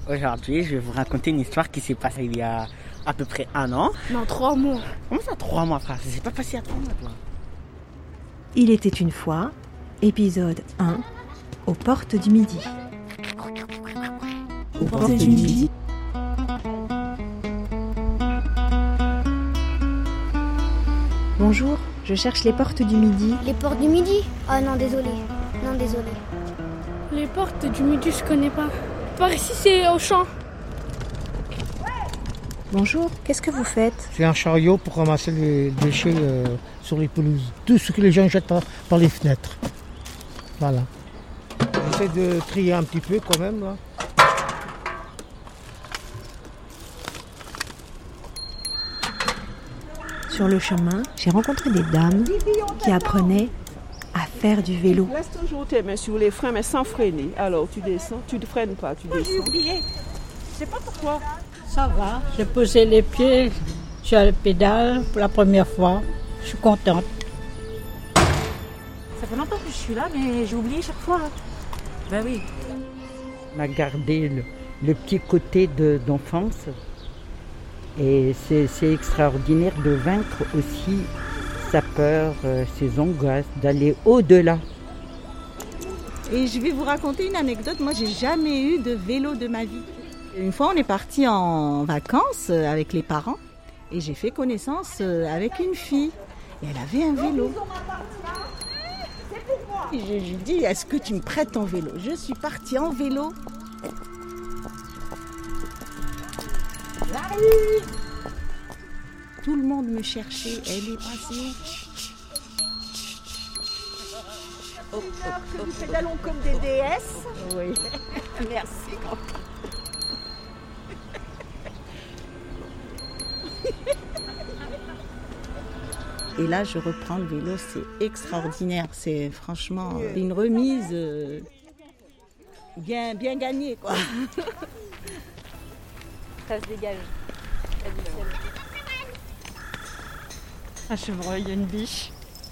Aujourd'hui, je vais vous raconter une histoire qui s'est passée il y a à peu près 1 an. Non, 3 mois. Comment ça, 3 mois, frère? Ça s'est pas passé il y a 3 mois, toi. Il était une fois, épisode 1, aux portes du midi. Aux portes du midi. Bonjour, je cherche les portes du midi. Les portes du midi? Ah non, désolé. Non, désolé. Les portes du midi, je connais pas. Par ici, c'est au champ. Bonjour, qu'est-ce que vous faites? C'est un chariot pour ramasser les déchets sur les pelouses. Tout ce que les gens jettent par les fenêtres. Voilà. J'essaie de trier un petit peu quand même, là. Sur le chemin, j'ai rencontré des dames qui apprenaient à faire du vélo. Laisse toujours tes mains sur les freins, mais sans freiner. Alors tu descends, tu ne freines pas, tu descends. J'ai oublié. Je sais pas pourquoi. Ça va, j'ai posé les pieds sur le pédale pour la première fois. Je suis contente. Ça fait longtemps que je suis là, mais j'ai oublié chaque fois. Ben oui. On a gardé le petit côté d'enfance. Et c'est extraordinaire de vaincre aussi sa peur, ses angoisses, d'aller au-delà. Et je vais vous raconter une anecdote. Moi, j'ai jamais eu de vélo de ma vie. Une fois, on est parti en vacances avec les parents et j'ai fait connaissance avec une fille. Et elle avait un vélo. Et je lui dis, est-ce que tu me prêtes ton vélo? Je suis partie en vélo. Tout le monde me cherchait. Elle est passée. Nous pédalons comme des déesses. Oui. Merci. Et là, je reprends le vélo. C'est extraordinaire. C'est franchement une remise bien gagnée, quoi. Ça se dégage. Un chevreuil, une biche.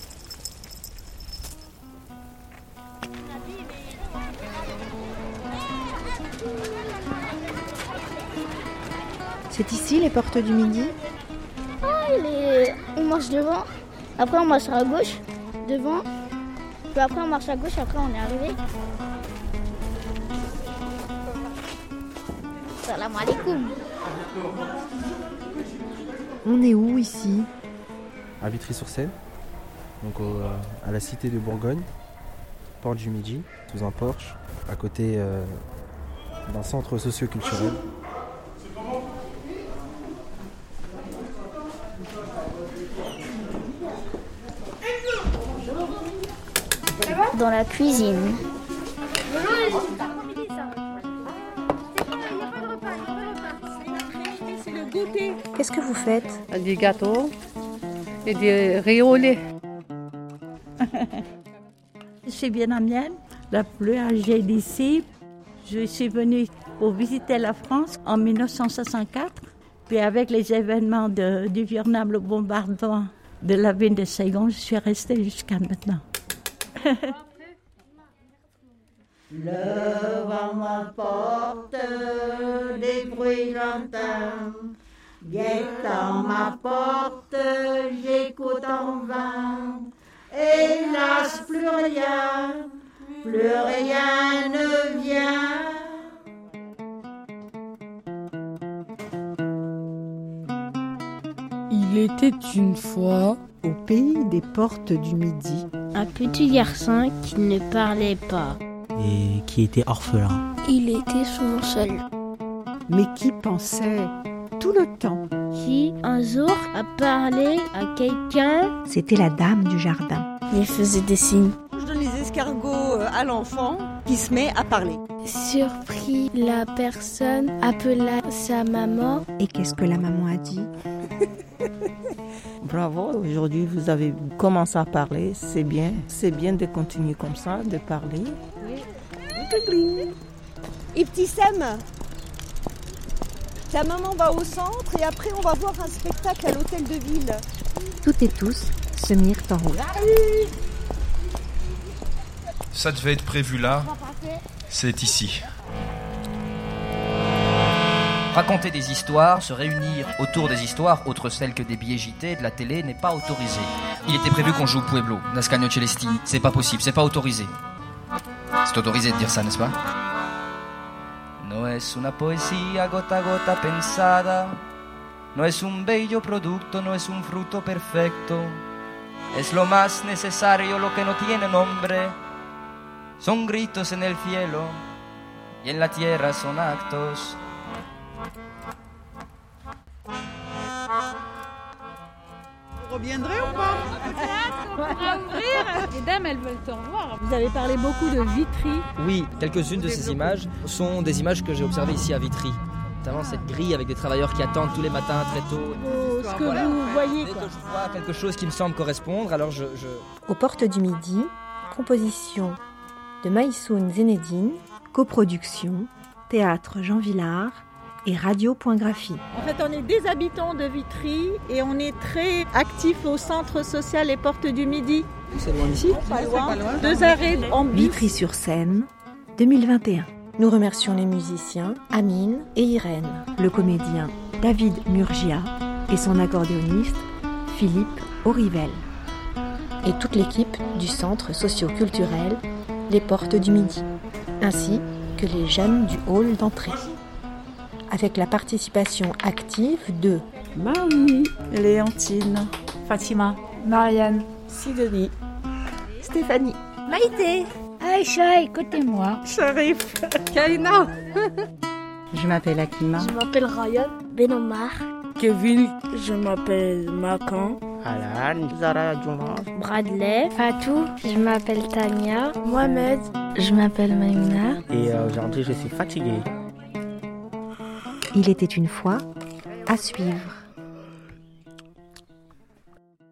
C'est ici les portes du midi? On marche devant, après on marche à gauche, devant, puis après on marche à gauche, après on est arrivé. Salam alaikum. On est où ici? À Vitry-sur-Seine, donc à la cité de Bourgogne, porte du Midi, sous un porche, à côté d'un centre socio-culturel. Dans la cuisine. C'est le goûter. Qu'est-ce que vous faites? Des gâteaux et des riz au lait. Je suis vietnamienne, la plus âgée d'ici. Je suis venue pour visiter la France en 1964. Puis avec les événements du Vietnam, le bombardement de la ville de Saigon, je suis restée jusqu'à maintenant. Le vent m'apporte des bruits lointains. Guettant ma porte, j'écoute en vain. Hélas, plus rien ne vient. Il était une fois Au pays des portes du midi. Un petit garçon qui ne parlait pas. Et qui était orphelin. Il était souvent seul. Mais qui pensait tout le temps? Qui un jour a parlé à quelqu'un. C'était la dame du jardin. Il faisait des signes. Je donne les escargots à l'enfant qui se met à parler. Surpris, la personne appela sa maman. Et qu'est-ce que la maman a dit? Bravo, aujourd'hui vous avez commencé à parler, c'est bien de continuer comme ça, de parler. Ibtissam, ta maman va au centre et après on va voir un spectacle à l'hôtel de ville. Toutes et tous se mirent en route. Ça devait être prévu là, c'est ici. Raconter des histoires, se réunir autour des histoires, autres celles que des billets JT, de la télé, n'est pas autorisé. Il était prévu qu'on joue au Pueblo, Nascagno Celesti. C'est pas possible, c'est pas autorisé. C'est autorisé de dire ça, n'est-ce pas? No es una poesía gota a gota pensada. No es un bello producto, no es un fruto perfecto. Es lo más necesario, lo que no tiene nombre. Son gritos en el cielo y en la tierra son actos. Vous reviendrez ou pas? Les dames, elles veulent te revoir. Vous avez parlé beaucoup de Vitry. Oui, quelques-unes de ces images sont des images que j'ai observées ici à Vitry. Notamment cette grille avec des travailleurs qui attendent tous les matins très tôt. Ce que vous voyez. Dès que je vois quelque chose qui me semble correspondre, alors je... Aux Portes du Midi, composition de Maïsoun Zenedine, coproduction, théâtre Jean Villard et radio.graphie. En fait, on est des habitants de Vitry et on est très actifs au centre social Les Portes du Midi. C'est loin d'ici? Pas loin. 2 arrêts en bus. Vitry-sur-Seine, 2021. Nous remercions les musiciens Amine et Irène, le comédien David Murgia et son accordéoniste Philippe Aurivel, et toute l'équipe du centre socio-culturel Les Portes du Midi, ainsi que les jeunes du hall d'entrée, avec la participation active de Marie, Léontine, Fatima, Marianne, Sidonie, Stéphanie, Maïté, Aïcha, écoutez-moi. Sharif, Kaina. Je m'appelle Akima. Je m'appelle Ryan Benomar. Kevin, je m'appelle Macan. Alan, Zara Djouma, Bradley, Fatou, je m'appelle Tania. Mohamed, je m'appelle Maïna. Et aujourd'hui, je suis fatigué. Il était une fois, à suivre.